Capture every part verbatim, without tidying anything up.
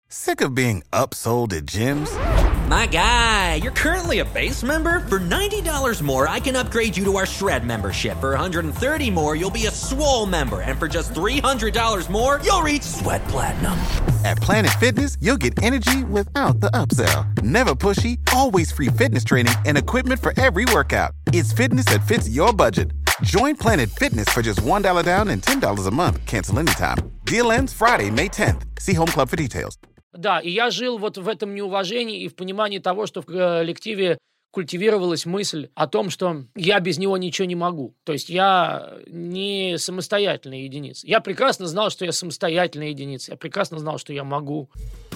Sick of being upsold at gyms? My guy, you're currently a base member? For ninety dollars more, I can upgrade you to our Shred membership. For one hundred thirty dollars more, you'll be a Swole member. And for just three hundred dollars more, you'll reach Sweat Platinum. At Planet Fitness, you'll get energy without the upsell. Never pushy, always free fitness training and equipment for every workout. It's fitness that fits your budget. Join Planet Fitness for just one dollar down and ten dollars a month. Cancel anytime. Deal ends Friday, May tenth. See Home Club for details. Да, и я жил вот в этом неуважении и в понимании того, что в коллективе культивировалась мысль о том, что я без него ничего не могу. То есть я не самостоятельная единица. Я прекрасно знал, что я самостоятельная единица. Я прекрасно знал, что я могу.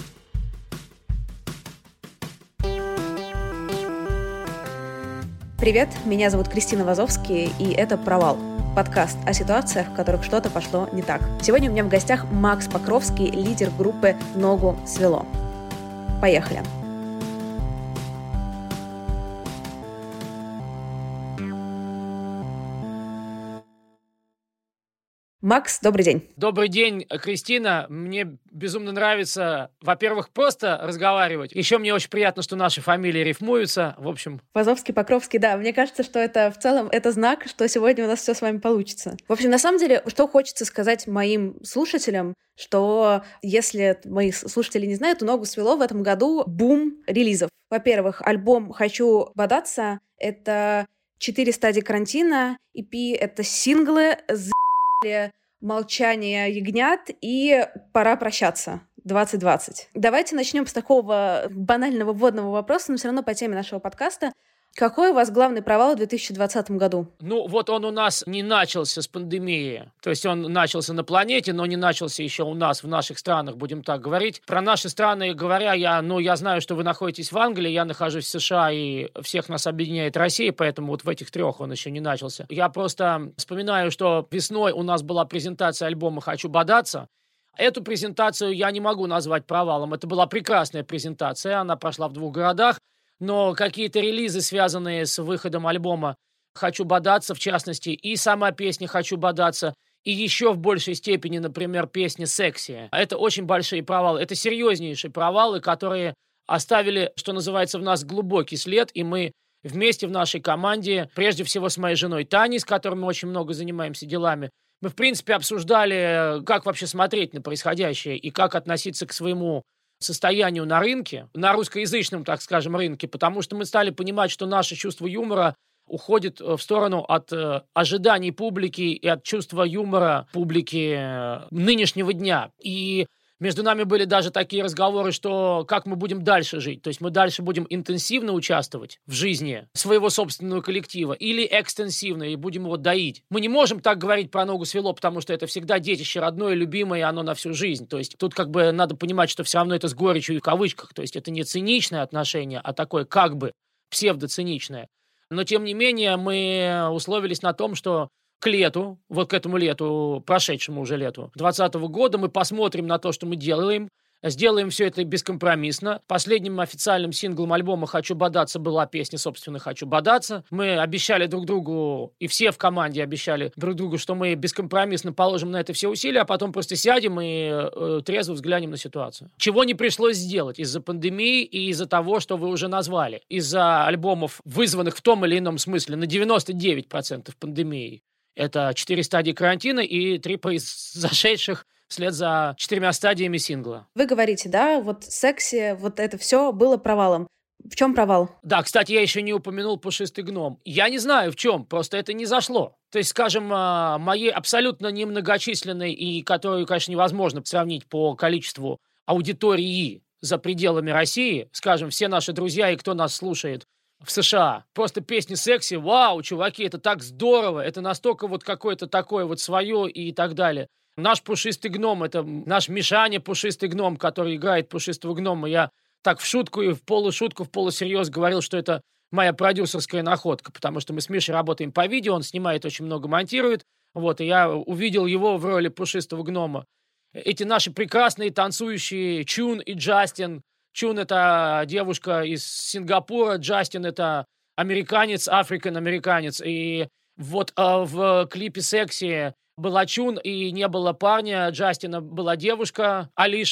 Привет, меня зовут Кристина Вазовский, и это «Провал». Подкаст о ситуациях, в которых что-то пошло не так. Сегодня у меня в гостях Макс Покровский, лидер группы «Ногу свело». Поехали. Макс, добрый день. Добрый день, Кристина. Мне безумно нравится, во-первых, просто разговаривать. Еще мне очень приятно, что наши фамилии рифмуются. В общем... Вазовский, Покровский, да. Мне кажется, что это в целом это знак, что сегодня у нас все с вами получится. В общем, на самом деле, что хочется сказать моим слушателям, что если мои слушатели не знают, у «Ногу свело» в этом году бум релизов. Во-первых, альбом «Хочу бодаться» — это четыре стадии карантина, и пи — это синглы, «Молчание ягнят» и «Пора прощаться» двадцать двадцать. Давайте начнем с такого банального вводного вопроса, но все равно по теме нашего подкаста. Какой у вас главный провал в две тысячи двадцатом году? Ну, вот он у нас не начался с пандемии. То есть он начался на планете, но не начался еще у нас, в наших странах, будем так говорить. Про наши страны говоря, я, ну, я знаю, что вы находитесь в Англии, я нахожусь в США, и всех нас объединяет Россия, поэтому вот в этих трех он еще не начался. Я просто вспоминаю, что весной у нас была презентация альбома «Хочу бодаться». Эту презентацию я не могу назвать провалом. Это была прекрасная презентация, она прошла в двух городах. Но какие-то релизы, связанные с выходом альбома «Хочу бодаться», в частности, и сама песня «Хочу бодаться», и еще в большей степени, например, песня «Секси». Это очень большие провалы. Это серьезнейшие провалы, которые оставили, что называется, в нас глубокий след, и мы вместе в нашей команде, прежде всего с моей женой Таней, с которой мы очень много занимаемся делами, мы, в принципе, обсуждали, как вообще смотреть на происходящее и как относиться к своему состоянию на рынке, на русскоязычном, так скажем, рынке, потому что мы стали понимать, что наше чувство юмора уходит в сторону от э, ожиданий публики и от чувства юмора публики э, нынешнего дня. И между нами были даже такие разговоры, что как мы будем дальше жить. То есть мы дальше будем интенсивно участвовать в жизни своего собственного коллектива или экстенсивно и будем его доить. Мы не можем так говорить про «Ногу свело», потому что это всегда детище родное, любимое, и оно на всю жизнь. То есть тут как бы надо понимать, что все равно это с горечью и в кавычках. То есть это не циничное отношение, а такое как бы псевдоциничное. Но тем не менее мы условились на том, что к лету, вот к этому лету, прошедшему уже лету двадцатого года, мы посмотрим на то, что мы делаем, сделаем все это бескомпромиссно. Последним официальным синглом альбома «Хочу бодаться» была песня, собственно, «Хочу бодаться». Мы обещали друг другу, и все в команде обещали друг другу, что мы бескомпромиссно положим на это все усилия, а потом просто сядем и э, трезво взглянем на ситуацию. Чего не пришлось сделать из-за пандемии и из-за того, что вы уже назвали. Из-за альбомов, вызванных в том или ином смысле на девяносто девять процентов пандемией. Это четыре стадии карантина и три произошедших вслед за четырьмя стадиями сингла. Вы говорите, да, вот «Секси», вот это все было провалом. В чем провал? Да, кстати, я еще не упомянул «Пушистый гном». Я не знаю, в чем, просто это не зашло. То есть, скажем, моей абсолютно немногочисленной и которую, конечно, невозможно сравнить по количеству аудитории за пределами России, скажем, все наши друзья и кто нас слушает в США. Просто песни «Секси», вау, чуваки, это так здорово, это настолько вот какое-то такое вот свое и так далее. Наш «Пушистый гном», это наш Мишаня «Пушистый гном», который играет пушистого гнома. Я так в шутку и в полушутку, в полусерьез говорил, что это моя продюсерская находка, потому что мы с Мишей работаем по видео, он снимает очень много, монтирует, вот, и я увидел его в роли пушистого гнома. Эти наши прекрасные танцующие Чун и Джастин. Чун — это девушка из Сингапура, Джастин — это американец, африкан-американец. И вот э, в клипе «Секси» была Чун, и не было парня, Джастина была девушка, Алиша.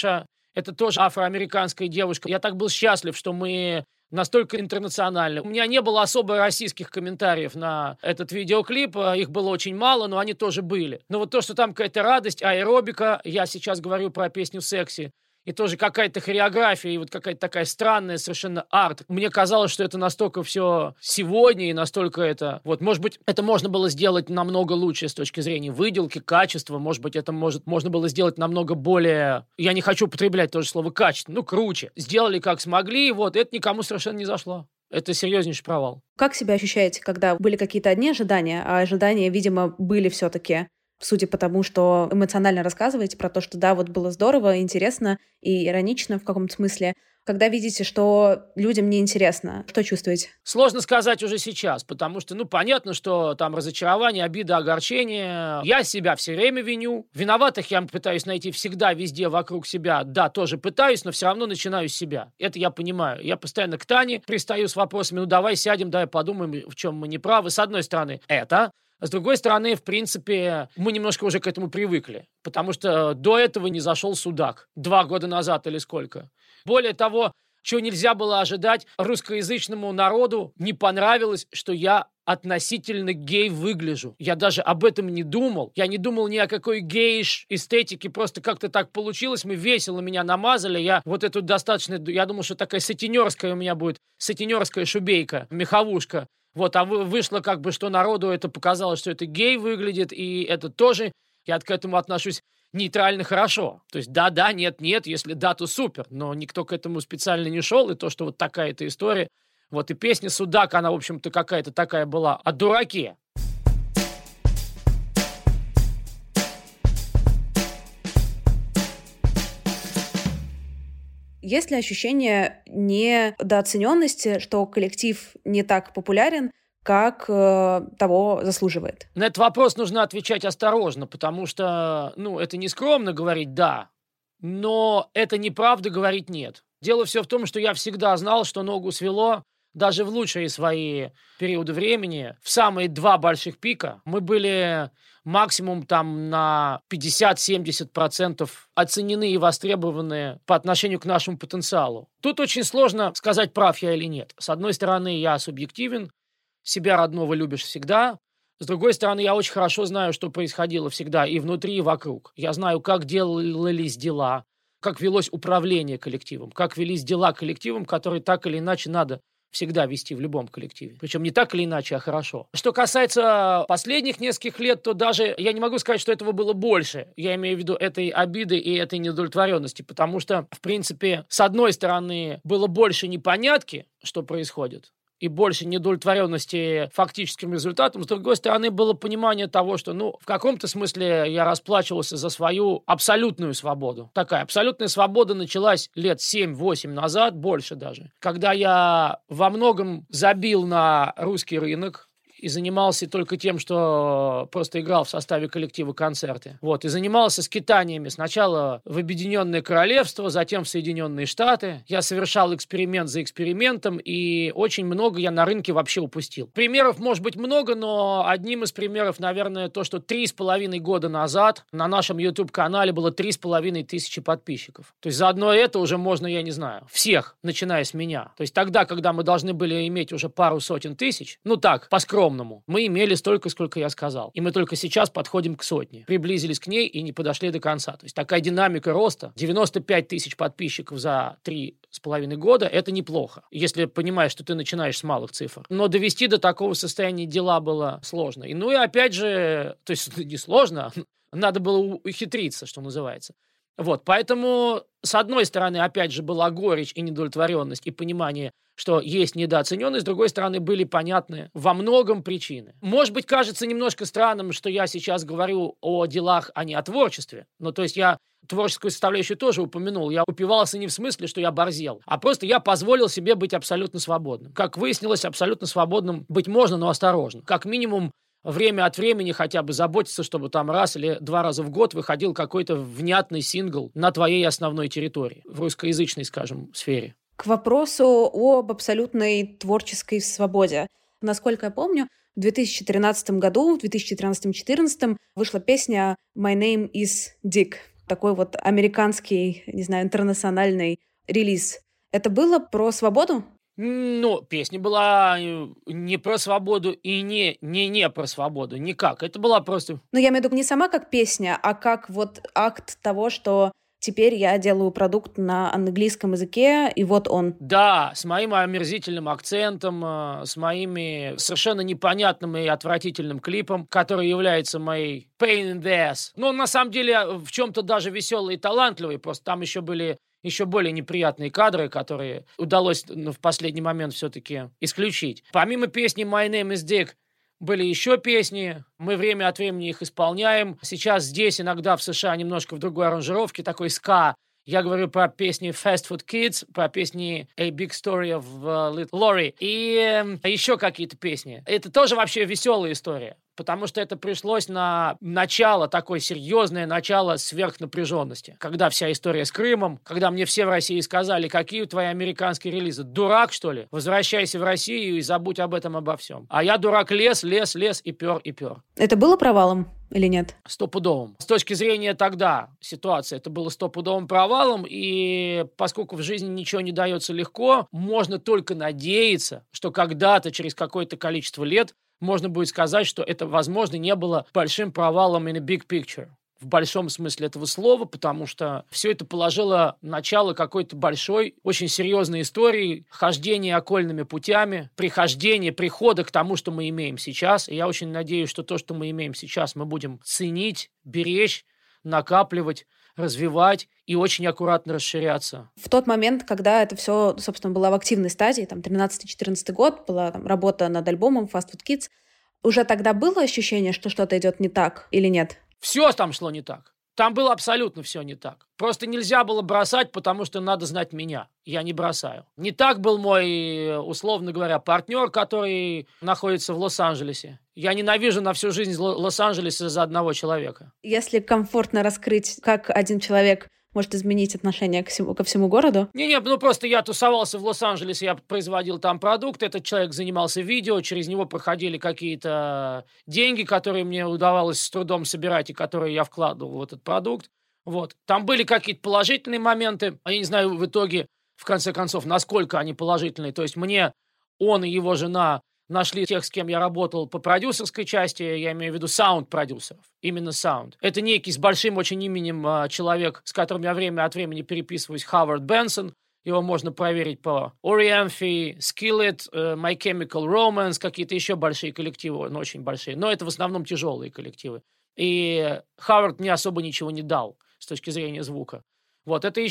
Это тоже афроамериканская девушка. Я так был счастлив, что мы настолько интернациональны. У меня не было особо российских комментариев на этот видеоклип. Их было очень мало, но они тоже были. Но вот то, что там какая-то радость, аэробика, я сейчас говорю про песню «Секси», и тоже какая-то хореография, и вот какая-то такая странная совершенно арт. Мне казалось, что это настолько все сегодня, и настолько это... Вот, может быть, это можно было сделать намного лучше с точки зрения выделки, качества. Может быть, это может, можно было сделать намного более... Я не хочу употреблять то же слово «качество», ну, круче. Сделали как смогли, и вот, это никому совершенно не зашло. Это серьезнейший провал. Как себя ощущаете, когда были какие-то одни ожидания, а ожидания, видимо, были все-таки... Судя по тому, что эмоционально рассказываете про то, что да, вот было здорово, интересно и иронично в каком-то смысле. Когда видите, что людям неинтересно, что чувствуете? Сложно сказать уже сейчас, потому что, ну, понятно, что там разочарование, обида, огорчение. Я себя все время виню. Виноватых я пытаюсь найти всегда, везде, вокруг себя. Да, тоже пытаюсь, но все равно начинаю с себя. Это я понимаю. Я постоянно к Тане пристаю с вопросами, ну, давай сядем, давай подумаем, в чем мы не правы. С одной стороны, это... С другой стороны, в принципе, мы немножко уже к этому привыкли, потому что до этого не зашел судак. Два года назад или сколько. Более того, чего нельзя было ожидать, русскоязычному народу не понравилось, что я относительно гей выгляжу. Я даже об этом не думал. Я не думал ни о какой гейш эстетике, просто как-то так получилось. Мы весело меня намазали. Я вот эту достаточно... Я думал, что такая сатинерская у меня будет, сатинерская шубейка, меховушка. Вот, а вышло как бы, что народу это показалось, что это гей выглядит, и это тоже, я к этому отношусь нейтрально хорошо. То есть да-да, нет-нет, если да, то супер, но никто к этому специально не шел, и то, что вот такая-то история, вот и песня «Судак», она, в общем-то, какая-то такая была о дураке. Есть ли ощущение недооцененности, что коллектив не так популярен, как э, того заслуживает? На этот вопрос нужно отвечать осторожно, потому что, ну, это не скромно говорить «да», но это неправда говорить «нет». Дело все в том, что я всегда знал, что ногу свело, даже в лучшие свои периоды времени, в самые два больших пика, мы были максимум там на пятьдесят-семьдесят процентов оценены и востребованы по отношению к нашему потенциалу. Тут очень сложно сказать, прав я или нет. С одной стороны, я субъективен, себя родного любишь всегда. С другой стороны, я очень хорошо знаю, что происходило всегда и внутри, и вокруг. Я знаю, как делались дела, как велось управление коллективом, как велись дела коллективом, которые так или иначе надо всегда вести в любом коллективе. Причем не так или иначе, а хорошо. Что касается последних нескольких лет, то даже я не могу сказать, что этого было больше. Я имею в виду этой обиды и этой неудовлетворенности, потому что, в принципе, с одной стороны, было больше непонятки, что происходит, и больше неудовлетворенности фактическим результатом. С другой стороны, было понимание того, что, ну, в каком-то смысле я расплачивался за свою абсолютную свободу. Такая абсолютная свобода началась лет семь-восемь назад, больше даже, когда я во многом забил на русский рынок, и занимался только тем, что просто играл в составе коллектива концерты. Вот, и занимался скитаниями сначала в Объединенное Королевство, затем в Соединенные Штаты. Я совершал эксперимент за экспериментом, и очень много я на рынке вообще упустил. Примеров может быть много, но одним из примеров, наверное, то, что три с половиной года назад на нашем YouTube-канале было три с половиной тысячи подписчиков. То есть за одно это уже можно, я не знаю, всех, начиная с меня. То есть тогда, когда мы должны были иметь уже пару сотен тысяч, ну так, по-скромному, мы имели столько, сколько я сказал. И мы только сейчас подходим к сотне. Приблизились к ней и не подошли до конца. То есть такая динамика роста. девяносто пять тысяч подписчиков за три с половиной года – это неплохо, если понимаешь, что ты начинаешь с малых цифр. Но довести до такого состояния дела было сложно. И, ну и опять же, то есть не сложно, надо было ухитриться, что называется. Вот, поэтому, с одной стороны, опять же, была горечь и недовлетворенность, и понимание, что есть недооцененность, с другой стороны, были понятны во многом причины. Может быть, кажется немножко странным, что я сейчас говорю о делах, а не о творчестве. Ну, то есть я творческую составляющую тоже упомянул. Я упивался не в смысле, что я борзел, а просто я позволил себе быть абсолютно свободным. Как выяснилось, абсолютно свободным быть можно, но осторожно. Как минимум, время от времени хотя бы заботиться, чтобы там раз или два раза в год выходил какой-то внятный сингл на твоей основной территории, в русскоязычной, скажем, сфере. К вопросу об абсолютной творческой свободе. Насколько я помню, в две тысячи тринадцатом году, в две тысячи тринадцатом-четырнадцатом вышла песня «My name is Dick». такой вот американский, не знаю, интернациональный релиз. Это было про свободу? Ну, песня была не про свободу и не, не, не про свободу, никак. Это была просто... Ну, я имею в виду не сама как песня, а как вот акт того, что теперь я делаю продукт на английском языке, и вот он. Да, с моим омерзительным акцентом, с моими совершенно непонятным и отвратительным клипом, который является моей pain in the ass. Но на самом деле в чем-то даже веселый и талантливый, просто там еще были... еще более неприятные кадры, которые удалось ну, в последний момент все-таки исключить. Помимо песни «My name is Dick» были еще песни, мы время от времени их исполняем. Сейчас здесь, иногда в США, немножко в другой аранжировке, такой ска. Я говорю про песни Fast Food Kids, про песни A Big Story of Little Lori и э, еще какие-то песни. Это тоже вообще веселая история, потому что это пришлось на начало, такое серьезное начало сверхнапряженности. Когда вся история с Крымом, когда мне все в России сказали, какие твои американские релизы, дурак, что ли? Возвращайся в Россию и забудь об этом, обо всем. А я, дурак, лез, лез, лез и пер, и пер. Это было провалом или нет? Стопудовым. С точки зрения тогда ситуации это было стопудовым провалом, и поскольку в жизни ничего не дается легко, можно только надеяться, что когда-то, через какое-то количество лет, можно будет сказать, что это, возможно, не было большим провалом in a big picture. В большом смысле этого слова, потому что все это положило начало какой-то большой, очень серьезной истории, хождения окольными путями, прихождения, прихода к тому, что мы имеем сейчас. И я очень надеюсь, что то, что мы имеем сейчас, мы будем ценить, беречь, накапливать, развивать и очень аккуратно расширяться. В тот момент, когда это все, собственно, было в активной стадии, там, тринадцатый-четырнадцатый год, была там работа над альбомом Fast Food Kids, уже тогда было ощущение, что что-то идет не так или нет? Все там шло не так. Там было абсолютно все не так. Просто нельзя было бросать, потому что надо знать меня. Я не бросаю. Не так был мой, условно говоря, партнер, который находится в Лос-Анджелесе. Я ненавижу на всю жизнь Лос-Анджелес из-за одного человека. Если комфортно раскрыть, как один человек может изменить отношение к всему, ко всему городу? Не-не, ну просто я тусовался в Лос-Анджелесе, я производил там продукт, этот человек занимался видео, через него проходили какие-то деньги, которые мне удавалось с трудом собирать и которые я вкладывал в этот продукт. Вот. Там были какие-то положительные моменты, а я не знаю в итоге, в конце концов, насколько они положительные. То есть мне он и его жена нашли тех, с кем я работал по продюсерской части, я имею в виду саунд-продюсеров, именно саунд. Это некий с большим очень именем э, человек, с которым я время от времени переписываюсь, Ховард Бенсон. Его можно проверить по Oriamphy, Skillet, э, My Chemical Romance, какие-то еще большие коллективы, ну, очень большие. Но это в основном тяжелые коллективы. И Ховард мне особо ничего не дал с точки зрения звука. Вот, это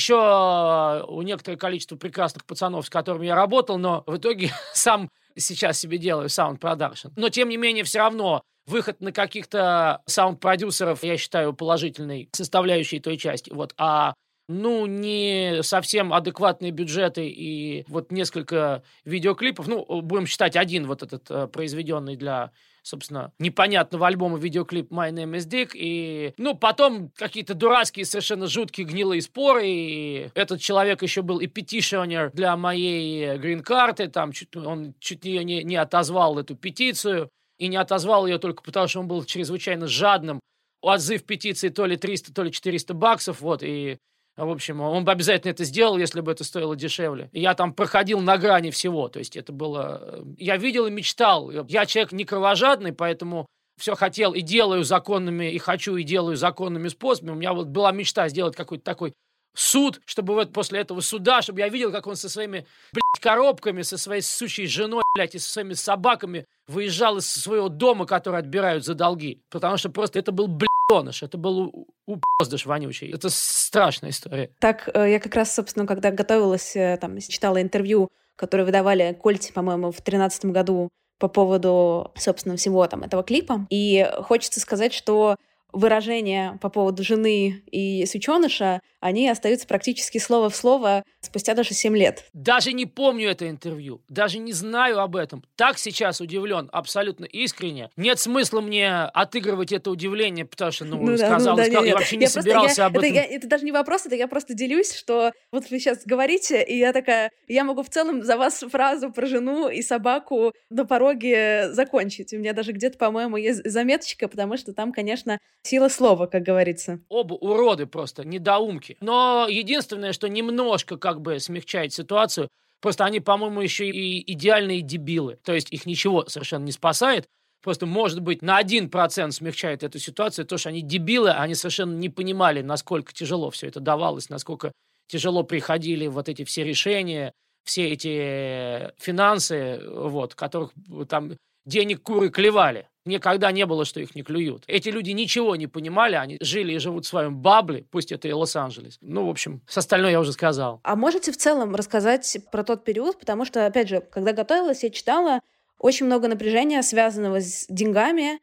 еще у некоторое количество прекрасных пацанов, с которыми я работал, но в итоге сам сейчас себе делаю саунд-продакшн. Но, тем не менее, все равно выход на каких-то саунд-продюсеров я считаю положительной составляющей той части. Вот, а ну, не совсем адекватные бюджеты и вот несколько видеоклипов, ну, будем считать один вот этот э, произведенный для, собственно, непонятного альбома видеоклип My Name is Dick, и, ну, потом какие-то дурацкие, совершенно жуткие гнилые споры, и этот человек еще был и петишионер для моей грин-карты, там, чуть, он чуть не, не, не отозвал эту петицию, и не отозвал ее только потому, что он был чрезвычайно жадным. Отзыв петиции то ли триста, то ли четыреста баксов, вот, и в общем, он бы обязательно это сделал, если бы это стоило дешевле. И я там проходил на грани всего. То есть это было... Я видел и мечтал. Я человек не кровожадный, поэтому все хотел и делаю законными, и хочу, и делаю законными способами. У меня вот была мечта сделать какой-то такой суд, чтобы вот после этого суда, чтобы я видел, как он со своими, блядь, коробками, со своей сучей женой, блядь, и со своими собаками выезжал из своего дома, который отбирают за долги. Потому что просто это был, блядь, это был упоздыш вонючий. Это страшная история. Так, я как раз, собственно, когда готовилась, там, читала интервью, которые выдавали Кольти, по-моему, в тринадцатом году по поводу, собственно, всего там этого клипа. И хочется сказать, что выражение по поводу жены и сученыша, они остаются практически слово в слово спустя даже семь лет. Даже не помню это интервью, даже не знаю об этом. Так сейчас удивлен, абсолютно искренне. Нет смысла мне отыгрывать это удивление, потому что, ну, ну сказал, да, ну, да, сказал, нет, я вообще не я собирался просто, я, об этом. Это, я, это даже не вопрос, это я просто делюсь, что вот вы сейчас говорите, и я такая, я могу в целом за вас фразу про жену и собаку на пороге закончить. У меня даже где-то, по-моему, есть заметочка, потому что там, конечно, сила слова, как говорится. Оба уроды просто, недоумки. Но единственное, что немножко как бы смягчает ситуацию, просто они, по-моему, еще и идеальные дебилы. То есть их ничего совершенно не спасает. Просто, может быть, на один процент смягчает эту ситуацию то, что они дебилы, они совершенно не понимали, насколько тяжело все это давалось, насколько тяжело приходили вот эти все решения, все эти финансы, вот, которых там денег куры клевали. Никогда не было, что их не клюют. Эти люди ничего не понимали, они жили и живут в своем бабле, пусть это и Лос-Анджелес. Ну, в общем, с остальное я уже сказал. А можете в целом рассказать про тот период? Потому что, опять же, когда готовилась, я читала очень много напряжения, связанного с деньгами,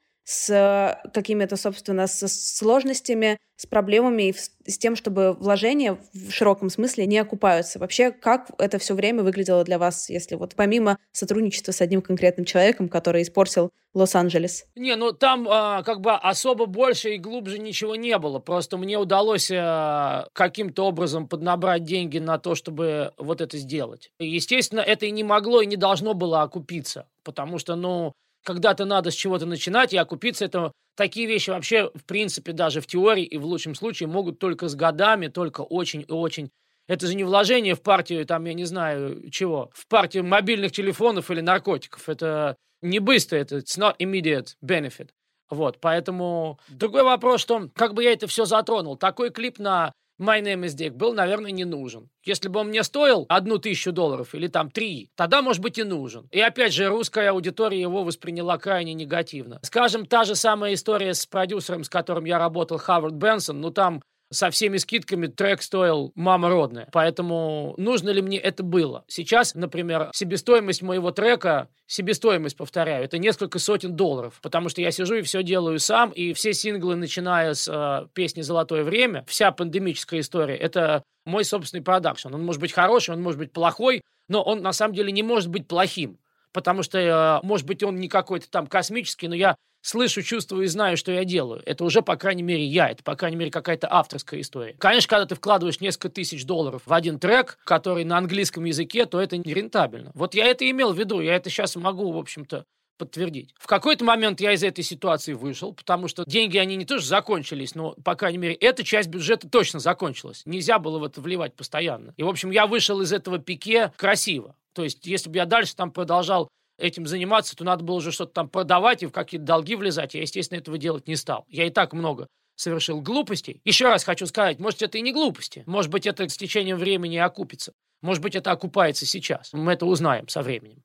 с какими-то, собственно, с сложностями, с проблемами и с тем, чтобы вложения в широком смысле не окупаются. Вообще, как это все время выглядело для вас, если вот помимо сотрудничества с одним конкретным человеком, который испортил Лос-Анджелес? Не, ну там а, как бы особо больше и глубже ничего не было. Просто мне удалось а, каким-то образом поднабрать деньги на то, чтобы вот это сделать. И, естественно, это и не могло, и не должно было окупиться. Потому что, ну, когда-то надо с чего-то начинать, и окупиться это... Такие вещи вообще, в принципе, даже в теории и в лучшем случае могут только с годами, только очень и очень. Это же не вложение в партию, там, я не знаю, чего, в партию мобильных телефонов или наркотиков. Это не быстро, это it's not immediate benefit. Вот, поэтому другой вопрос, что как бы я это все затронул. Такой клип на My Name is Dick был, наверное, не нужен. Если бы он мне стоил одну тысячу долларов или там три, тогда, может быть, и нужен. И опять же, русская аудитория его восприняла крайне негативно. Скажем, та же самая история с продюсером, с которым я работал, Хавард Бенсон, ну там со всеми скидками трек стоил мама родная. Поэтому нужно ли мне это было? Сейчас, например, себестоимость моего трека, себестоимость, повторяю, это несколько сотен долларов. Потому что я сижу и все делаю сам, и все синглы, начиная с э, песни «Золотое время», вся пандемическая история, это мой собственный продакшн. Он может быть хороший, он может быть плохой, но он на самом деле не может быть плохим. Потому что, э, может быть, он не какой-то там космический, но я слышу, чувствую и знаю, что я делаю. Это уже, по крайней мере, я. Это, по крайней мере, какая-то авторская история. Конечно, когда ты вкладываешь несколько тысяч долларов в один трек, который на английском языке, то это нерентабельно. Вот я это имел в виду. Я это сейчас могу, в общем-то, подтвердить. В какой-то момент я из этой ситуации вышел, потому что деньги, они не тоже закончились, но, по крайней мере, эта часть бюджета точно закончилась. Нельзя было в это вливать постоянно. И, в общем, я вышел из этого пике красиво. То есть, если бы я дальше там продолжал этим заниматься, то надо было уже что-то там продавать и в какие-то долги влезать. Я, естественно, этого делать не стал. Я и так много совершил глупостей. Еще раз хочу сказать, может, это и не глупости. Может быть, это с течением времени окупится. Может быть, это окупается сейчас. Мы это узнаем со временем.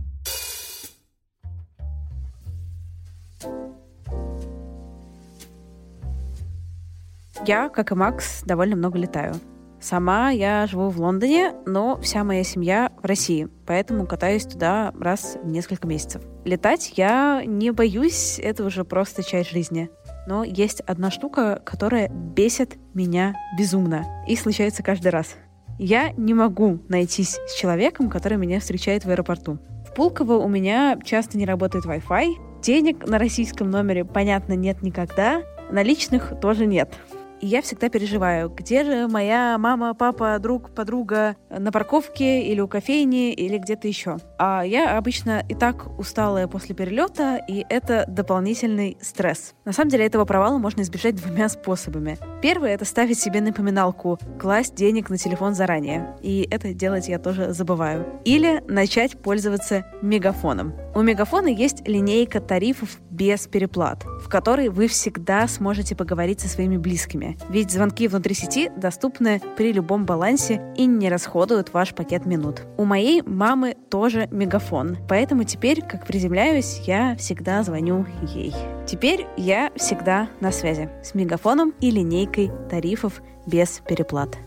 Я, как и Макс, довольно много летаю. Сама я живу в Лондоне, но вся моя семья в России, поэтому катаюсь туда раз в несколько месяцев. Летать я не боюсь, это уже просто часть жизни. Но есть одна штука, которая бесит меня безумно и случается каждый раз. Я не могу найтись с человеком, который меня встречает в аэропорту. В Пулково у меня часто не работает Wi-Fi, денег на российском номере, понятно, нет никогда, наличных тоже нет. И я всегда переживаю, где же моя мама, папа, друг, подруга на парковке или у кофейни или где-то еще. А я обычно и так усталая после перелета, и это дополнительный стресс. На самом деле этого провала можно избежать двумя способами. Первый — это ставить себе напоминалку, класть денег на телефон заранее. И это делать я тоже забываю. Или начать пользоваться Мегафоном. У Мегафона есть линейка тарифов без переплат, в которой вы всегда сможете поговорить со своими близкими. Ведь звонки внутри сети доступны при любом балансе и не расходуют ваш пакет минут. У моей мамы тоже Мегафон, поэтому теперь, как приземляюсь, я всегда звоню ей. Теперь я всегда на связи с Мегафоном и линейкой тарифов без переплат.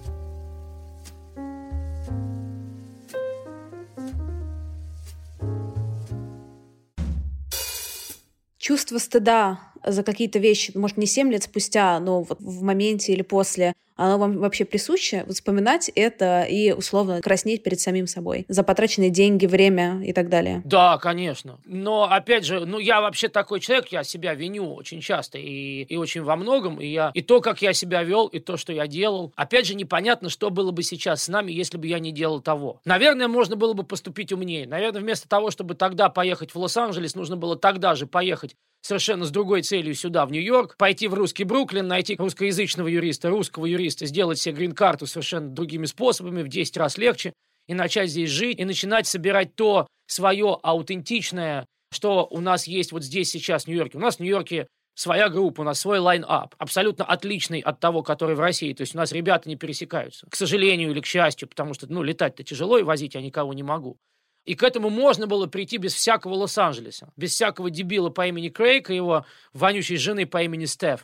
Чувство стыда за какие-то вещи, может, не семь лет спустя, но вот в моменте или после, оно вам вообще присуще, вспоминать это и условно краснеть перед самим собой за потраченные деньги, время и так далее? Да, конечно. Но, опять же, ну, я вообще такой человек, я себя виню очень часто и, и очень во многом, и, я, и то, как я себя вел, и то, что я делал. Опять же, непонятно, что было бы сейчас с нами, если бы я не делал того. Наверное, можно было бы поступить умнее. Наверное, вместо того, чтобы тогда поехать в Лос-Анджелес, нужно было тогда же поехать совершенно с другой целью сюда, в Нью-Йорк, пойти в русский Бруклин, найти русскоязычного юриста, русского юриста, сделать себе грин-карту совершенно другими способами, в десять раз легче, и начать здесь жить, и начинать собирать то свое аутентичное, что у нас есть вот здесь сейчас в Нью-Йорке. У нас в Нью-Йорке своя группа, у нас свой лайн-ап, абсолютно отличный от того, который в России. То есть у нас ребята не пересекаются, к сожалению или к счастью, потому что, ну, летать-то тяжело, и возить я никого не могу. И к этому можно было прийти без всякого Лос-Анджелеса, без всякого дебила по имени Крейг и его вонючей жены по имени Стеф.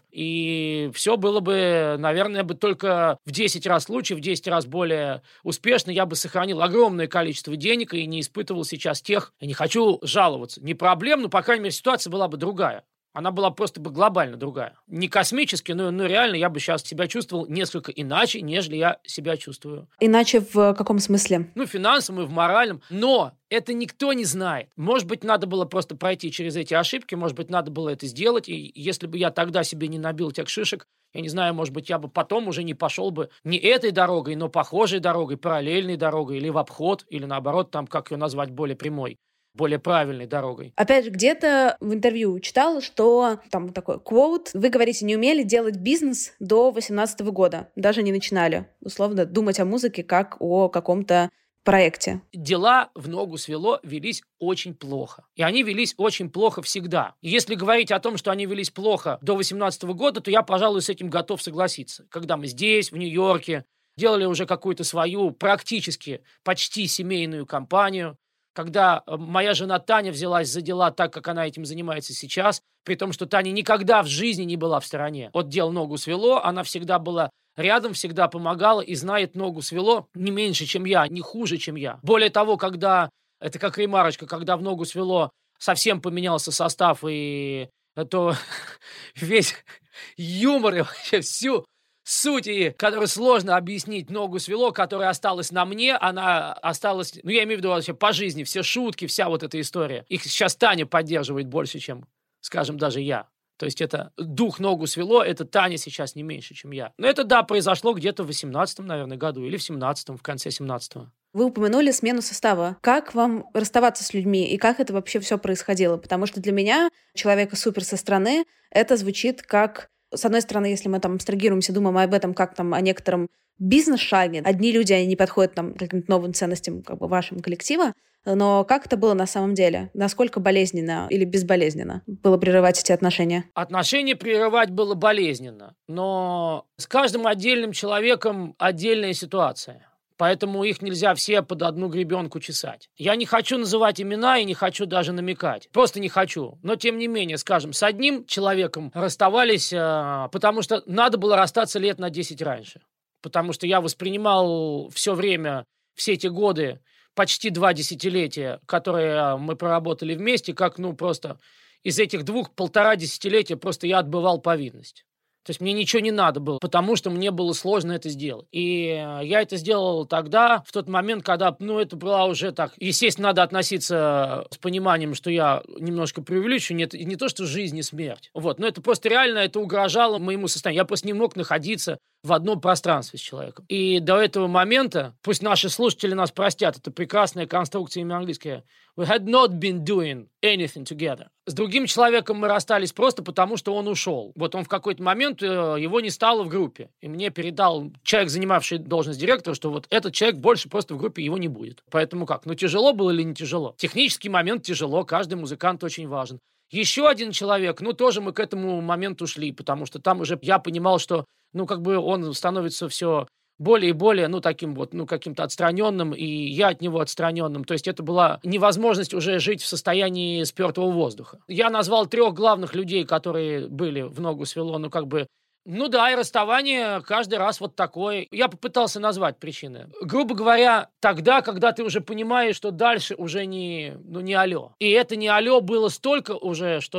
И все было бы, наверное, бы только в десять раз лучше, в десять раз более успешно. Я бы сохранил огромное количество денег и не испытывал сейчас тех, я не хочу жаловаться, не проблем, но, по крайней мере, ситуация была бы другая. Она была просто бы глобально другая. Не космически, но, но реально я бы сейчас себя чувствовал несколько иначе, нежели я себя чувствую. Иначе в каком смысле? Ну, финансовым и в моральном. Но это никто не знает. Может быть, надо было просто пройти через эти ошибки, может быть, надо было это сделать. И если бы я тогда себе не набил тех шишек, я не знаю, может быть, я бы потом уже не пошел бы не этой дорогой, но похожей дорогой, параллельной дорогой, или в обход, или наоборот, там, как ее назвать, более прямой, более правильной дорогой. Опять же, где-то в интервью читала, что там такой квоут: вы говорите, не умели делать бизнес до восемнадцатого года, даже не начинали, условно, думать о музыке как о каком-то проекте. Дела в ногу свело велись очень плохо. И они велись очень плохо всегда. И если говорить о том, что они велись плохо до восемнадцатого года, то я, пожалуй, с этим готов согласиться. Когда мы здесь, в Нью-Йорке, делали уже какую-то свою практически почти семейную компанию, когда моя жена Таня взялась за дела так, как она этим занимается сейчас, при том, что Таня никогда в жизни не была в стороне от дел ногу свело, она всегда была рядом, всегда помогала и знает ногу свело не меньше, чем я, не хуже, чем я. Более того, когда, это как ремарочка, когда в ногу свело совсем поменялся состав, и то весь юмор и вообще всю суть, и, которую сложно объяснить, ногу свело, которая осталась на мне, она осталась, ну, я имею в виду вообще по жизни, все шутки, вся вот эта история. Их сейчас Таня поддерживает больше, чем, скажем, даже я. То есть это дух ногу свело, это Таня сейчас не меньше, чем я. Но это, да, произошло где-то в восемнадцатом, наверное, году, или в семнадцатом, в конце семнадцатого. Вы упомянули смену состава. Как вам расставаться с людьми и как это вообще все происходило? Потому что для меня, человека супер со стороны, это звучит как... С одной стороны, если мы там абстрагируемся, думаем об этом как там о некотором бизнес-шаге, одни люди, они не подходят там, к каким-то новым ценностям как бы вашего коллектива, но как это было на самом деле? Насколько болезненно или безболезненно было прерывать эти отношения? Отношения прерывать было болезненно, но с каждым отдельным человеком отдельная ситуация. Поэтому их нельзя все под одну гребенку чесать. Я не хочу называть имена и не хочу даже намекать. Просто не хочу. Но, тем не менее, скажем, с одним человеком расставались, потому что надо было расстаться лет на десять раньше. Потому что я воспринимал все время, все эти годы, почти два десятилетия, которые мы проработали вместе, как, ну, просто из этих двух полтора десятилетия просто я отбывал повинность. То есть мне ничего не надо было, потому что мне было сложно это сделать. И я это сделал тогда, в тот момент, когда, ну, это было уже так. Естественно, надо относиться с пониманием, что я немножко преувеличу. Не, не то, что жизнь и смерть. Вот. Но это просто реально, это угрожало моему состоянию. Я просто не мог находиться в одном пространстве с человеком. И до этого момента, пусть наши слушатели нас простят, это прекрасная конструкция имя английское. We had not been doing anything together. С другим человеком мы расстались просто потому, что он ушел. Вот он в какой-то момент, его не стало в группе. И мне передал человек, занимавший должность директора, что вот этот человек больше просто в группе его не будет. Поэтому как? Ну, тяжело было или не тяжело? Технический момент тяжело, каждый музыкант очень важен. Еще один человек, ну, тоже мы к этому моменту шли, потому что там уже я понимал, что, ну, как бы он становится все более и более, ну, таким вот, ну, каким-то отстраненным, и я от него отстраненным. То есть это была невозможность уже жить в состоянии спертого воздуха. Я назвал трех главных людей, которые были в ногу свело, ну, как бы, ну да, и расставание каждый раз вот такое. Я попытался назвать причины. Грубо говоря, тогда, когда ты уже понимаешь, что дальше уже не, ну, не алло. И это не алло было столько уже, что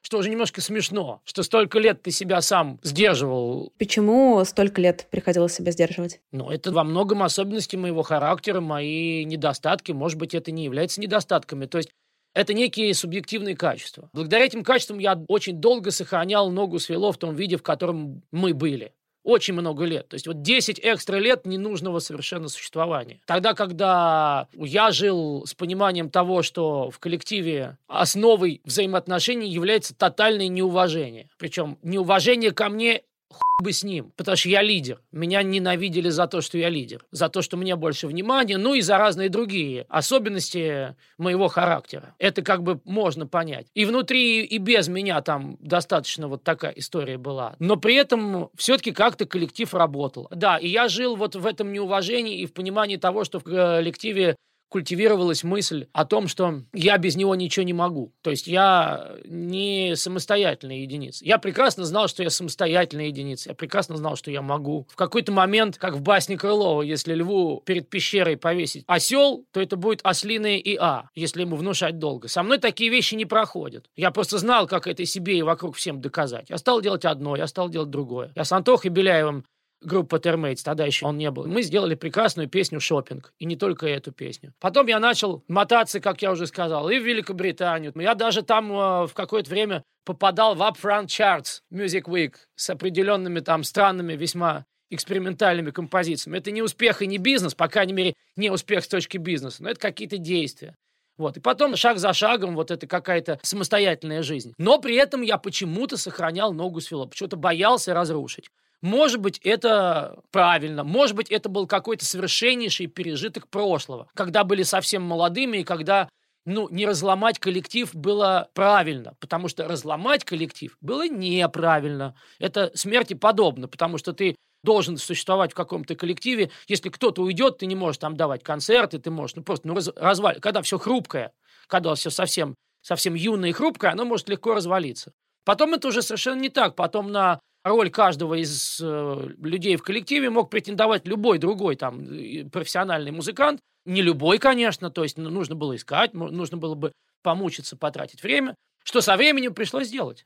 что уже немножко смешно, что столько лет ты себя сам сдерживал. Почему столько лет приходилось себя сдерживать? Ну, это во многом особенности моего характера, мои недостатки. Может быть, это не является недостатками. То есть это некие субъективные качества. Благодаря этим качествам я очень долго сохранял ногу свело в том виде, в котором мы были. Очень много лет. То есть вот десять экстра лет ненужного совершенно существования. Тогда, когда я жил с пониманием того, что в коллективе основой взаимоотношений является тотальное неуважение. Причем неуважение ко мне хуй бы с ним, потому что я лидер. Меня ненавидели за то, что я лидер. За то, что мне больше внимания, ну и за разные другие особенности моего характера. Это как бы можно понять. И внутри, и без меня там достаточно вот такая история была. Но при этом все-таки как-то коллектив работал. Да, и я жил вот в этом неуважении и в понимании того, что в коллективе культивировалась мысль о том, что я без него ничего не могу. То есть я не самостоятельная единица. Я прекрасно знал, что я самостоятельная единица. Я прекрасно знал, что я могу. В какой-то момент, как в басне Крылова, если льву перед пещерой повесить осел, то это будет ослиное иа, если ему внушать долго. Со мной такие вещи не проходят. Я просто знал, как это себе и вокруг всем доказать. Я стал делать одно, я стал делать другое. Я с Антохой Беляевым, группа Термейтс, тогда еще он не был. Мы сделали прекрасную песню «Шоппинг». И не только эту песню. Потом я начал мотаться, как я уже сказал, и в Великобританию. Я даже там э, в какое-то время попадал в Upfront Charts Music Week с определенными там странными, весьма экспериментальными композициями. Это не успех и не бизнес, по крайней мере, не успех с точки бизнеса, но это какие-то действия. Вот. И потом шаг за шагом вот это какая-то самостоятельная жизнь. Но при этом я почему-то сохранял ногу свело, почему-то боялся разрушить. Может быть, это правильно, может быть, это был какой-то совершеннейший пережиток прошлого, когда были совсем молодыми и когда, ну, не разломать коллектив было правильно, потому что разломать коллектив было неправильно. Это смерти подобно, потому что ты должен существовать в каком-то коллективе. Если кто-то уйдет, ты не можешь там давать концерты, ты можешь, ну, просто ну, раз, развалить. Когда все хрупкое, когда все совсем, совсем юное и хрупкое, оно может легко развалиться. Потом это уже совершенно не так. Потом на роль каждого из э, людей в коллективе мог претендовать любой другой там профессиональный музыкант. Не любой, конечно, то есть нужно было искать, нужно было бы помучиться, потратить время, что со временем пришлось делать.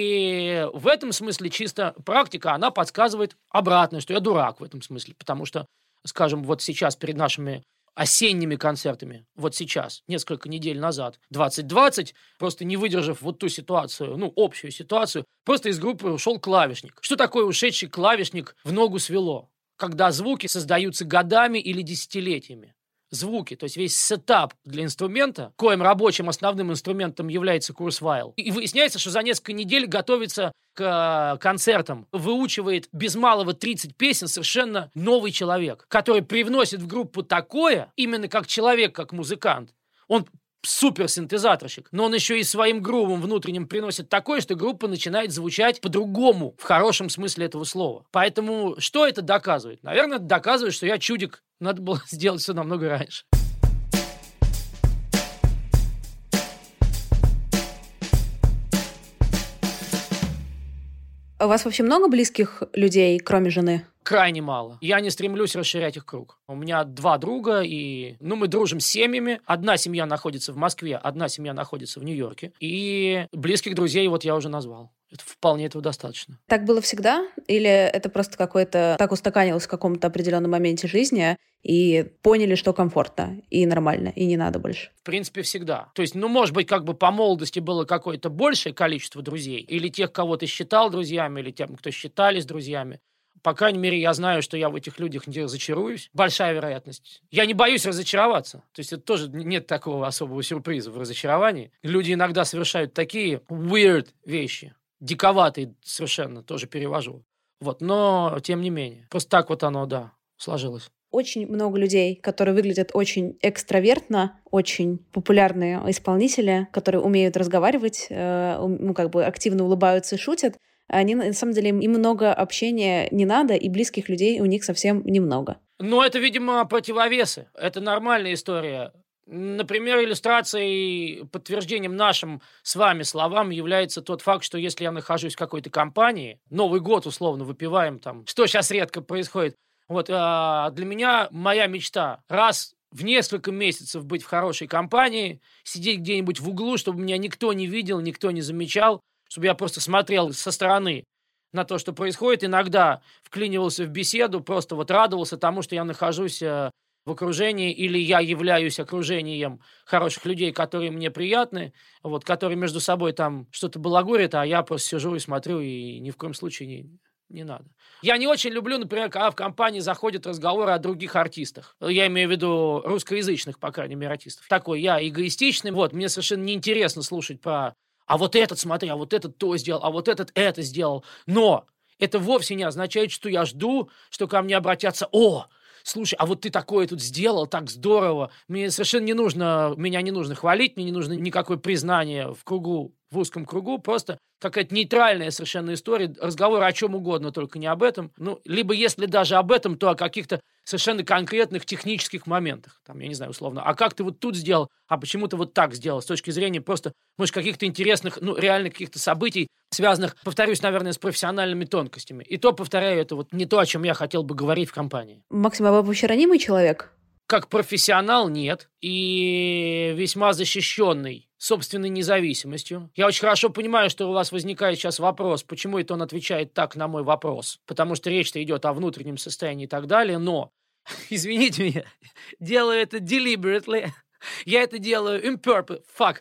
И в этом смысле чисто практика, она подсказывает обратное, что я дурак в этом смысле, потому что, скажем, вот сейчас перед нашими осенними концертами, вот сейчас, несколько недель назад, двадцать двадцать, просто не выдержав вот ту ситуацию, ну, общую ситуацию, просто из группы ушел клавишник. Что такое ушедший клавишник в ногу свело? Когда звуки создаются годами или десятилетиями. Звуки, то есть весь сетап для инструмента, коим рабочим основным инструментом является Kurzweil. И выясняется, что за несколько недель готовится к концертам, выучивает без малого тридцать песен совершенно новый человек, который привносит в группу такое, именно как человек, как музыкант. Он суперсинтезаторщик, но он еще и своим грувом внутренним приносит такое, что группа начинает звучать по-другому, в хорошем смысле этого слова. Поэтому что это доказывает? Наверное, это доказывает, что я чудик, надо было сделать все намного раньше. У вас вообще много близких людей, кроме жены? Крайне мало. Я не стремлюсь расширять их круг. У меня два друга, и ну, мы дружим с семьями. Одна семья находится в Москве, одна семья находится в Нью-Йорке. И близких друзей вот я уже назвал. Это вполне этого достаточно. Так было всегда? Или это просто какое-то так устаканилось в каком-то определенном моменте жизни и поняли, что комфортно и нормально, и не надо больше? В принципе, всегда. То есть, ну, может быть, как бы по молодости было какое-то большее количество друзей, или тех, кого ты считал друзьями, или тем, кто считались друзьями. По крайней мере, я знаю, что я в этих людях не разочаруюсь. Большая вероятность. Я не боюсь разочароваться. То есть это тоже нет такого особого сюрприза в разочаровании. Люди иногда совершают такие weird вещи. Диковатые совершенно, тоже перевожу. Вот, но тем не менее. Просто так вот оно, да, сложилось. Очень много людей, которые выглядят очень экстравертно, очень популярные исполнители, которые умеют разговаривать, э, ну, как бы активно улыбаются и шутят. Они, на самом деле, им много общения не надо, и близких людей у них совсем немного. Ну, это, видимо, противовесы. Это нормальная история. Например, иллюстрацией, подтверждением нашим с вами словам является тот факт, что если я нахожусь в какой-то компании, Новый год условно выпиваем там, что сейчас редко происходит, вот, а для меня моя мечта раз в несколько месяцев быть в хорошей компании, сидеть где-нибудь в углу, чтобы меня никто не видел, никто не замечал, чтобы я просто смотрел со стороны на то, что происходит. Иногда вклинивался в беседу, просто вот радовался тому, что я нахожусь в окружении, или я являюсь окружением хороших людей, которые мне приятны, вот, которые между собой там что-то балагурят, а я просто сижу и смотрю, и ни в коем случае не, не надо. Я не очень люблю, например, когда в компании заходят разговоры о других артистах. Я имею в виду русскоязычных, по крайней мере, артистов. Такой я эгоистичный, вот, мне совершенно неинтересно слушать про «а вот этот, смотри, а вот этот то сделал, а вот этот это сделал». Но это вовсе не означает, что я жду, что ко мне обратятся «о, слушай, а вот ты такое тут сделал, так здорово». Мне совершенно не нужно, меня не нужно хвалить, мне не нужно никакое признание в кругу, в узком кругу, просто какая-то нейтральная совершенно история, разговор о чем угодно, только не об этом. Ну, либо если даже об этом, то о каких-то совершенно конкретных технических моментах. Там, я не знаю, условно, а как ты вот тут сделал, а почему ты вот так сделал, с точки зрения просто, может, каких-то интересных, ну, реально каких-то событий, связанных, повторюсь, наверное, с профессиональными тонкостями. И то, повторяю, это вот не то, о чем я хотел бы говорить в компании. Максим, а вы вообще ранимый человек? Как профессионал нет, и весьма защищенный собственной независимостью. Я очень хорошо понимаю, что у вас возникает сейчас вопрос, почему это он отвечает так на мой вопрос, потому что речь-то идет о внутреннем состоянии и так далее, но, извините меня, делаю это deliberately, я это делаю in purpose, fuck,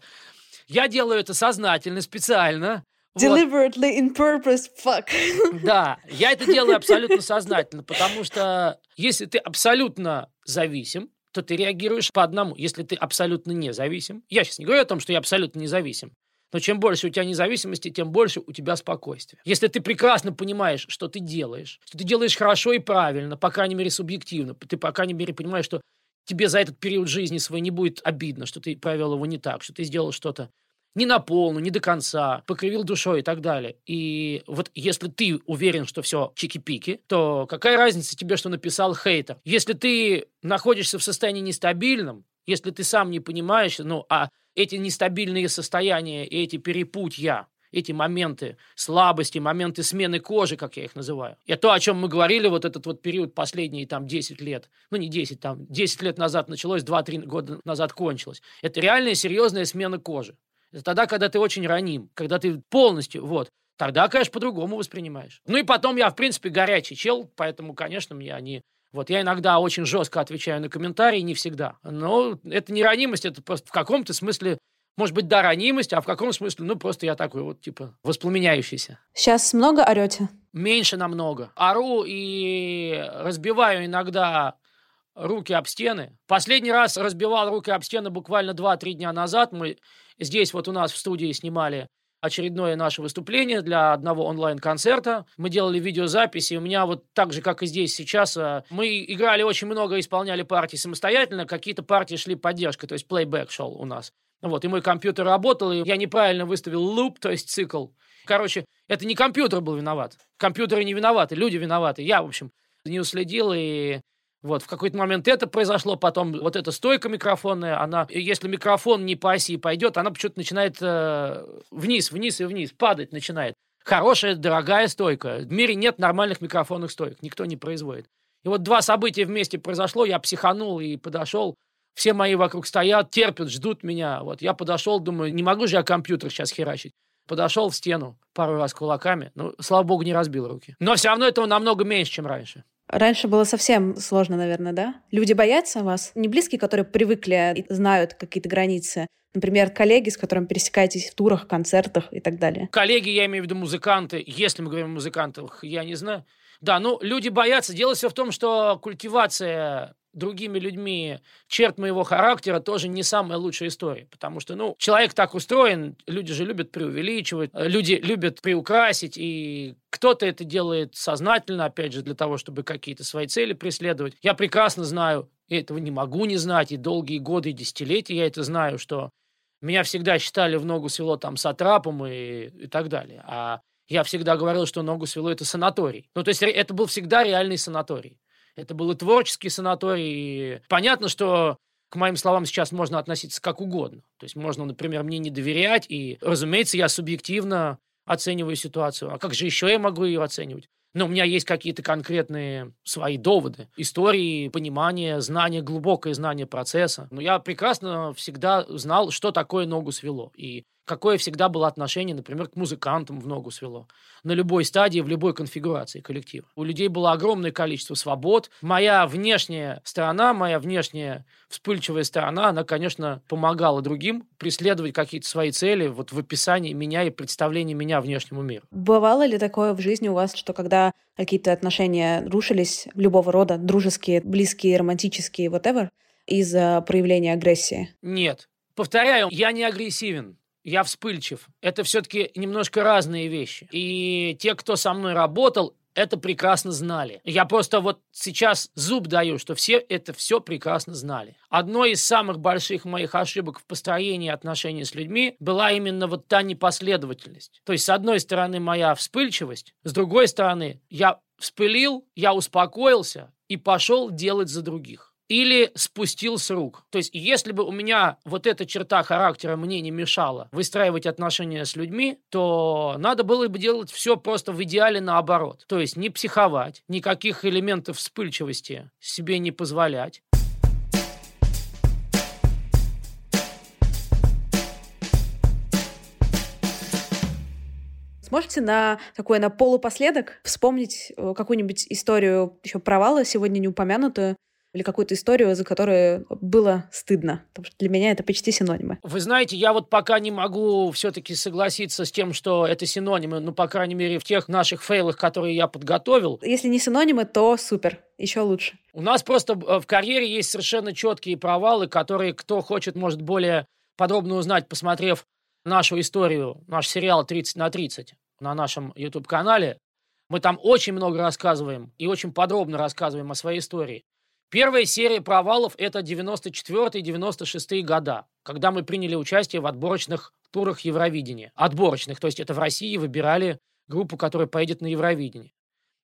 я делаю это сознательно, специально. Deliberately, вот. In purpose, fuck. Да, я это делаю абсолютно сознательно, потому что если ты абсолютно зависим, то ты реагируешь по одному. Если ты абсолютно независим, я сейчас не говорю о том, что я абсолютно независим, но чем больше у тебя независимости, тем больше у тебя спокойствия. Если ты прекрасно понимаешь, что ты делаешь, что ты делаешь хорошо и правильно, по крайней мере субъективно, ты по крайней мере понимаешь, что тебе за этот период жизни свой не будет обидно, что ты провел его не так, что ты сделал что-то не на полную, не до конца, покривил душой и так далее. И вот если ты уверен, что все чики-пики, то какая разница тебе, что написал хейтер? Если ты находишься в состоянии нестабильном, если ты сам не понимаешь, ну, а эти нестабильные состояния, эти перепутья, эти моменты слабости, моменты смены кожи, как я их называю. И то, о чем мы говорили, вот этот вот период последние там десять лет, ну не десять, там десять лет назад началось, два-три года назад кончилось. Это реальная серьезная смена кожи. Это тогда, когда ты очень раним, когда ты полностью, вот, тогда, конечно, по-другому воспринимаешь. Ну и потом я, в принципе, горячий чел, поэтому, конечно, мне они... Вот я иногда очень жестко отвечаю на комментарии, не всегда. Но это не ранимость, это просто в каком-то смысле, может быть, да, ранимость, а в каком смысле, ну, просто я такой вот, типа, воспламеняющийся. Сейчас много орете? Меньше намного. Ору и разбиваю иногда руки об стены. Последний раз разбивал руки об стены буквально два-три дня назад. Мы здесь вот у нас в студии снимали очередное наше выступление для одного онлайн-концерта. Мы делали видеозаписи. У меня вот так же, как и здесь сейчас, мы играли очень много, исполняли партии самостоятельно. Какие-то партии шли поддержкой, то есть плейбэк шел у нас. Вот, и мой компьютер работал, и я неправильно выставил луп, то есть цикл. Короче, это не компьютер был виноват. Компьютеры не виноваты, люди виноваты. Я, в общем, не уследил, и вот в какой-то момент это произошло, потом вот эта стойка микрофонная, она, если микрофон не по оси пойдет, она почему-то начинает э, вниз, вниз и вниз, падать начинает. Хорошая, дорогая стойка. В мире нет нормальных микрофонных стоек, никто не производит. И вот два события вместе произошло, я психанул и подошел, все мои вокруг стоят, терпят, ждут меня. Вот я подошел, думаю, не могу же я компьютер сейчас херачить. Подошел в стену пару раз кулаками, ну, слава богу, не разбил руки. Но все равно этого намного меньше, чем раньше. Раньше было совсем сложно, наверное, да? Люди боятся вас? Не близкие, которые привыкли и знают какие-то границы? Например, коллеги, с которыми пересекаетесь в турах, концертах и так далее? Коллеги, я имею в виду музыканты. Если мы говорим о музыкантах, я не знаю. Да, ну, люди боятся. Дело все в том, что культивация другими людьми черт моего характера тоже не самая лучшая история. Потому что, ну, человек так устроен, люди же любят преувеличивать, люди любят приукрасить, и кто-то это делает сознательно, опять же, для того, чтобы какие-то свои цели преследовать. Я прекрасно знаю, я этого не могу не знать, и долгие годы, и десятилетия я это знаю, что меня всегда считали в ногу свело там сатрапом и, и так далее. А я всегда говорил, что ногу свело это санаторий. Ну, то есть это был всегда реальный санаторий. Это был и творческий санаторий. И понятно, что к моим словам сейчас можно относиться как угодно. То есть можно, например, мне не доверять, и, разумеется, я субъективно оцениваю ситуацию. А как же еще я могу ее оценивать? Но у меня есть какие-то конкретные свои доводы, истории, понимание, знание, глубокое знание процесса. Но я прекрасно всегда знал, что такое ногу свело. И какое всегда было отношение, например, к музыкантам в ногу свело. На любой стадии, в любой конфигурации коллектива. У людей было огромное количество свобод. Моя внешняя сторона, моя внешняя вспыльчивая сторона, она, конечно, помогала другим преследовать какие-то свои цели вот в описании меня и представлении меня внешнему миру. Бывало ли такое в жизни у вас, что когда какие-то отношения рушились любого рода, дружеские, близкие, романтические, whatever, из-за проявления агрессии? Нет. Повторяю, я не агрессивен. Я вспыльчив. Это все-таки немножко разные вещи. И те, кто со мной работал, это прекрасно знали. Я просто вот сейчас зуб даю, что все это все прекрасно знали. Одной из самых больших моих ошибок в построении отношений с людьми была именно вот та непоследовательность. То есть, с одной стороны, моя вспыльчивость, с другой стороны, я вспылил, я успокоился и пошел делать за других. Или спустил с рук. То есть, если бы у меня вот эта черта характера мне не мешала выстраивать отношения с людьми, то надо было бы делать все просто в идеале наоборот. То есть, не психовать, никаких элементов вспыльчивости себе не позволять. Сможете на такой, на полупоследок вспомнить какую-нибудь историю еще провала, сегодня не упомянутую, или какую-то историю, за которую было стыдно? Потому что для меня это почти синонимы. Вы знаете, я вот пока не могу все-таки согласиться с тем, что это синонимы, ну, по крайней мере, в тех наших фейлах, которые я подготовил. Если не синонимы, то супер, еще лучше. У нас просто в карьере есть совершенно четкие провалы, которые, кто хочет, может более подробно узнать, посмотрев нашу историю, наш сериал тридцать на тридцать на нашем YouTube-канале. Мы там очень много рассказываем и очень подробно рассказываем о своей истории. Первая серия провалов – это девяносто четвёртый - девяносто шестые года, когда мы приняли участие в отборочных турах Евровидения. Отборочных, то есть это в России выбирали группу, которая поедет на Евровидение.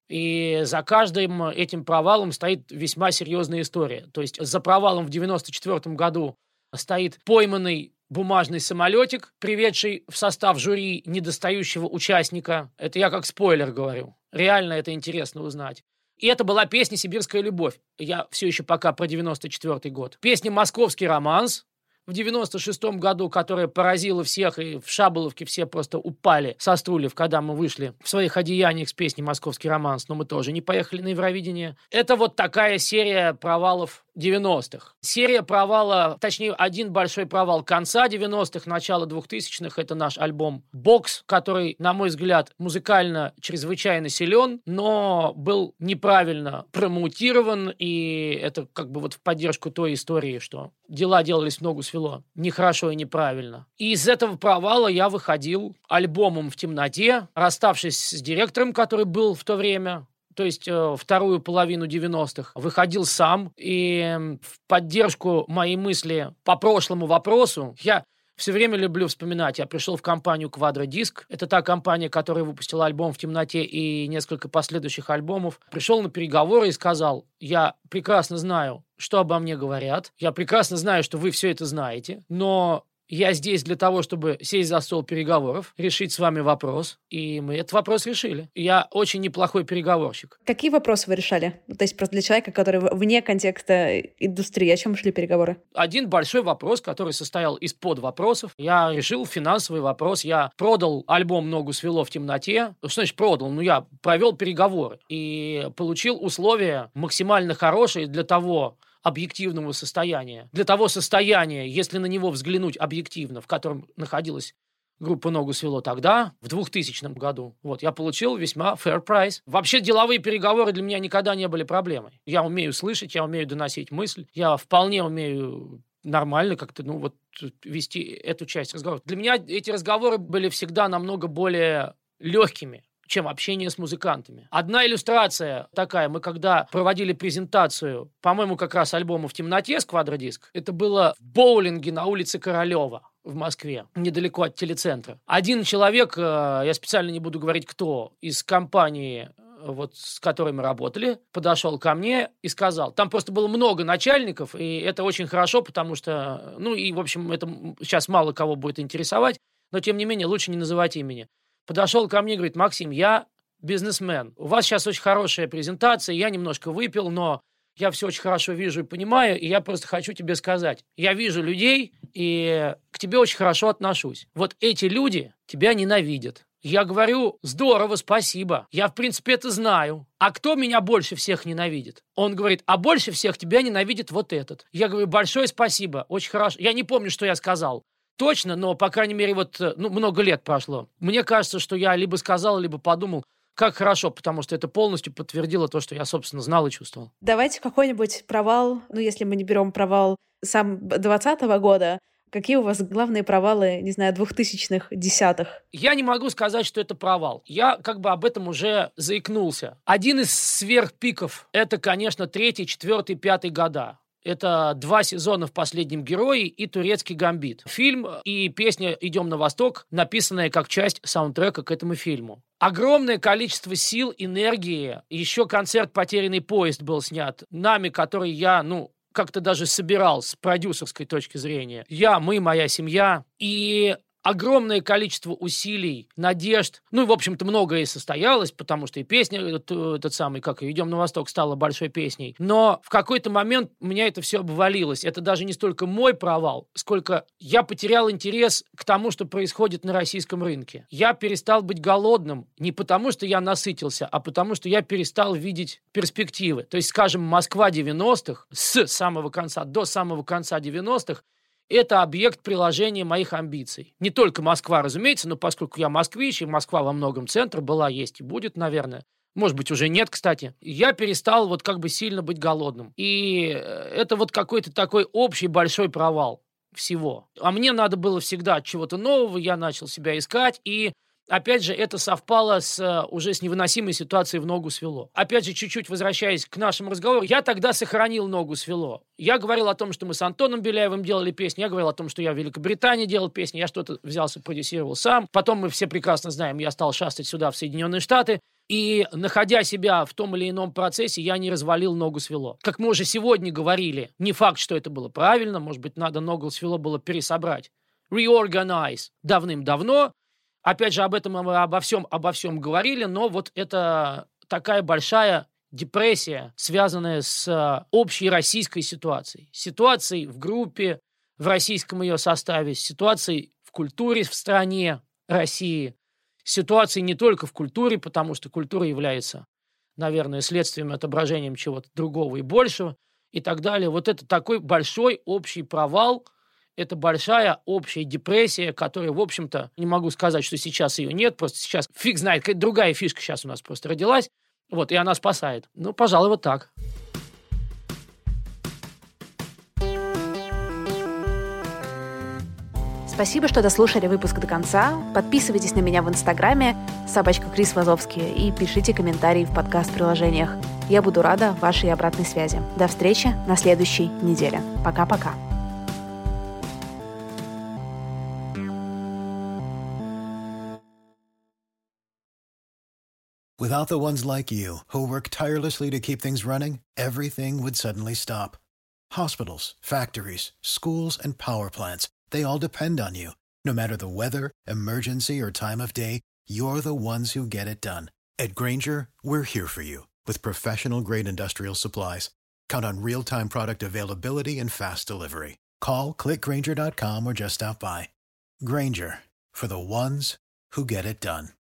И за каждым этим провалом стоит весьма серьезная история. То есть за провалом в девяносто четвёртом году стоит пойманный бумажный самолетик, приведший в состав жюри недостающего участника. Это я как спойлер говорю. Реально это интересно узнать. И это была песня «Сибирская любовь». Я все еще пока про девяносто четвёртый год. Песня «Московский романс» в девяносто шестом году, которая поразила всех, и в Шаболовке все просто упали со стульев, когда мы вышли в своих одеяниях с песней «Московский романс», но мы тоже не поехали на Евровидение. Это вот такая серия провалов девяностых. Серия провала, точнее, один большой провал конца девяностых, начала двухтысячных, это наш альбом «Бокс», который, на мой взгляд, музыкально чрезвычайно силен, но был неправильно промоутирован, и это как бы вот в поддержку той истории, что дела делались в ногу свело, нехорошо и неправильно. И из этого провала я выходил альбомом «В темноте», расставшись с директором, который был в то время, то есть э, вторую половину девяностых, выходил сам. И э, в поддержку моей мысли по прошлому вопросу, я все время люблю вспоминать, я пришел в компанию «Квадродиск». Это та компания, которая выпустила альбом «В темноте» и несколько последующих альбомов. Пришел на переговоры и сказал: я прекрасно знаю, что обо мне говорят, я прекрасно знаю, что вы все это знаете, но я здесь для того, чтобы сесть за стол переговоров, решить с вами вопрос, и мы этот вопрос решили. Я очень неплохой переговорщик. Какие вопросы вы решали? То есть просто для человека, который вне контекста индустрии, о чем шли переговоры? Один большой вопрос, который состоял из подвопросов. Я решил финансовый вопрос. Я продал альбом «Ногу свело в темноте». Что значит продал? Ну, я провел переговоры и получил условия максимально хорошие для того объективного состояния. Для того состояния, если на него взглянуть объективно, в котором находилась группа «Ногу свело» тогда, в двухтысячном году, вот, я получил весьма fair price. Вообще деловые переговоры для меня никогда не были проблемой. Я умею слышать, я умею доносить мысль, я вполне умею нормально как-то, ну, вот, вести эту часть разговора. Для меня эти разговоры были всегда намного более легкими, чем общение с музыкантами. Одна иллюстрация такая. Мы когда проводили презентацию, по-моему, как раз альбома «В темноте» с «Квадродиск», это было в боулинге на улице Королева в Москве, недалеко от телецентра. Один человек, я специально не буду говорить кто, из компании, вот, с которой мы работали, подошел ко мне и сказал, там просто было много начальников, и это очень хорошо, потому что, ну и, в общем, это сейчас мало кого будет интересовать, но, тем не менее, лучше не называть имени. Подошел ко мне и говорит: Максим, я бизнесмен. У вас сейчас очень хорошая презентация, я немножко выпил, но я все очень хорошо вижу и понимаю, и я просто хочу тебе сказать, я вижу людей, и к тебе очень хорошо отношусь. Вот эти люди тебя ненавидят. Я говорю, здорово, спасибо. Я, в принципе, это знаю. А кто меня больше всех ненавидит? Он говорит, а больше всех тебя ненавидит вот этот. Я говорю, большое спасибо, очень хорошо. Я не помню, что я сказал. Точно, но, по крайней мере, вот ну, много лет прошло. Мне кажется, что я либо сказал, либо подумал, как хорошо, потому что это полностью подтвердило то, что я, собственно, знал и чувствовал. Давайте какой-нибудь провал, ну, если мы не берем провал сам двадцатого года, какие у вас главные провалы, не знаю, двухтысячных, десятых? Я не могу сказать, что это провал. Я как бы об этом уже заикнулся. Один из сверхпиков – это, конечно, третий, четвертый, пятый года. Это два сезона в «Последнем герое» и «Турецкий гамбит». Фильм и песня «Идем на восток», написанная как часть саундтрека к этому фильму. Огромное количество сил, энергии. Еще концерт «Потерянный поезд» был снят нами, который я, ну, как-то даже собирал с продюсерской точки зрения. Я, мы, моя семья. И огромное количество усилий, надежд. Ну и, в общем-то, многое и состоялось, потому что и песня, этот, этот самый, как и «Идем на восток», стала большой песней. Но в какой-то момент у меня это все обвалилось. Это даже не столько мой провал, сколько я потерял интерес к тому, что происходит на российском рынке. Я перестал быть голодным не потому, что я насытился, а потому, что я перестал видеть перспективы. То есть, скажем, Москва девяностых, с самого конца до самого конца девяностых, это объект приложения моих амбиций. Не только Москва, разумеется, но поскольку я москвич, и Москва во многом центр была, есть и будет, наверное. Может быть, уже нет, кстати. Я перестал вот как бы сильно быть голодным. И это вот какой-то такой общий большой провал всего. А мне надо было всегда чего-то нового, я начал себя искать, и опять же, это совпало с, уже с невыносимой ситуацией в «Ногу свело». Опять же, чуть-чуть возвращаясь к нашему разговору, я тогда сохранил «Ногу свело». Я говорил о том, что мы с Антоном Беляевым делали песни, я говорил о том, что я в Великобритании делал песни, я что-то взялся, продюсировал сам. Потом мы все прекрасно знаем, я стал шастать сюда, в Соединенные Штаты, и, находя себя в том или ином процессе, я не развалил «Ногу свело». Как мы уже сегодня говорили, не факт, что это было правильно, может быть, надо «Ногу свело» было пересобрать. Reorganize давным-давно. Опять же, об этом мы обо всем, обо всем говорили, но вот это такая большая депрессия, связанная с общей российской ситуацией. Ситуацией в группе, в российском ее составе, ситуацией в культуре в стране России, ситуацией не только в культуре, потому что культура является, наверное, следствием, отображением чего-то другого и большего, и так далее. Вот это такой большой общий провал. Это большая общая депрессия, которая, в общем-то, не могу сказать, что сейчас ее нет, просто сейчас фиг знает, какая-то другая фишка сейчас у нас просто родилась, вот, и она спасает. Ну, пожалуй, вот так. Спасибо, что дослушали выпуск до конца. Подписывайтесь на меня в Инстаграме собачка Крис Вазовский и пишите комментарии в подкаст-приложениях. Я буду рада вашей обратной связи. До встречи на следующей неделе. Пока-пока. Without the ones like you, who work tirelessly to keep things running, everything would suddenly stop. Hospitals, factories, schools, and power plants, they all depend on you. No matter the weather, emergency, or time of day, you're the ones who get it done. At Grainger, we're here for you with professional-grade industrial supplies. Count on real-time product availability and fast delivery. Call, click Grainger dot com, or just stop by. Grainger, for the ones who get it done.